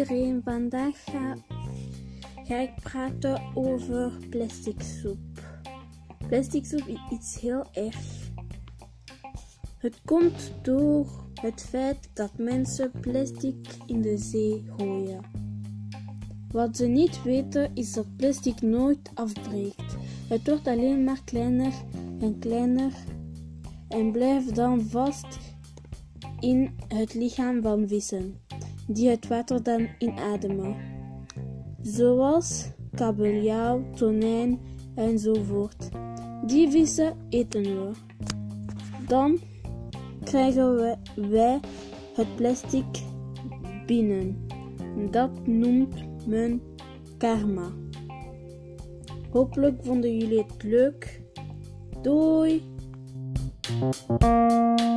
iedereen, vandaag ga ik praten over plastic soep. Plastic soep is iets heel erg. Het komt door het feit dat mensen plastic in de zee gooien. Wat ze niet weten is dat plastic nooit afbreekt. Het wordt alleen maar kleiner en kleiner en blijft dan vast in het lichaam van vissen, die het water dan inademen. Zoals kabeljauw, tonijn enzovoort. Die vissen eten we. Dan krijgen wij het plastic binnen. Dat noemt men karma. Hopelijk vonden jullie het leuk. Doei!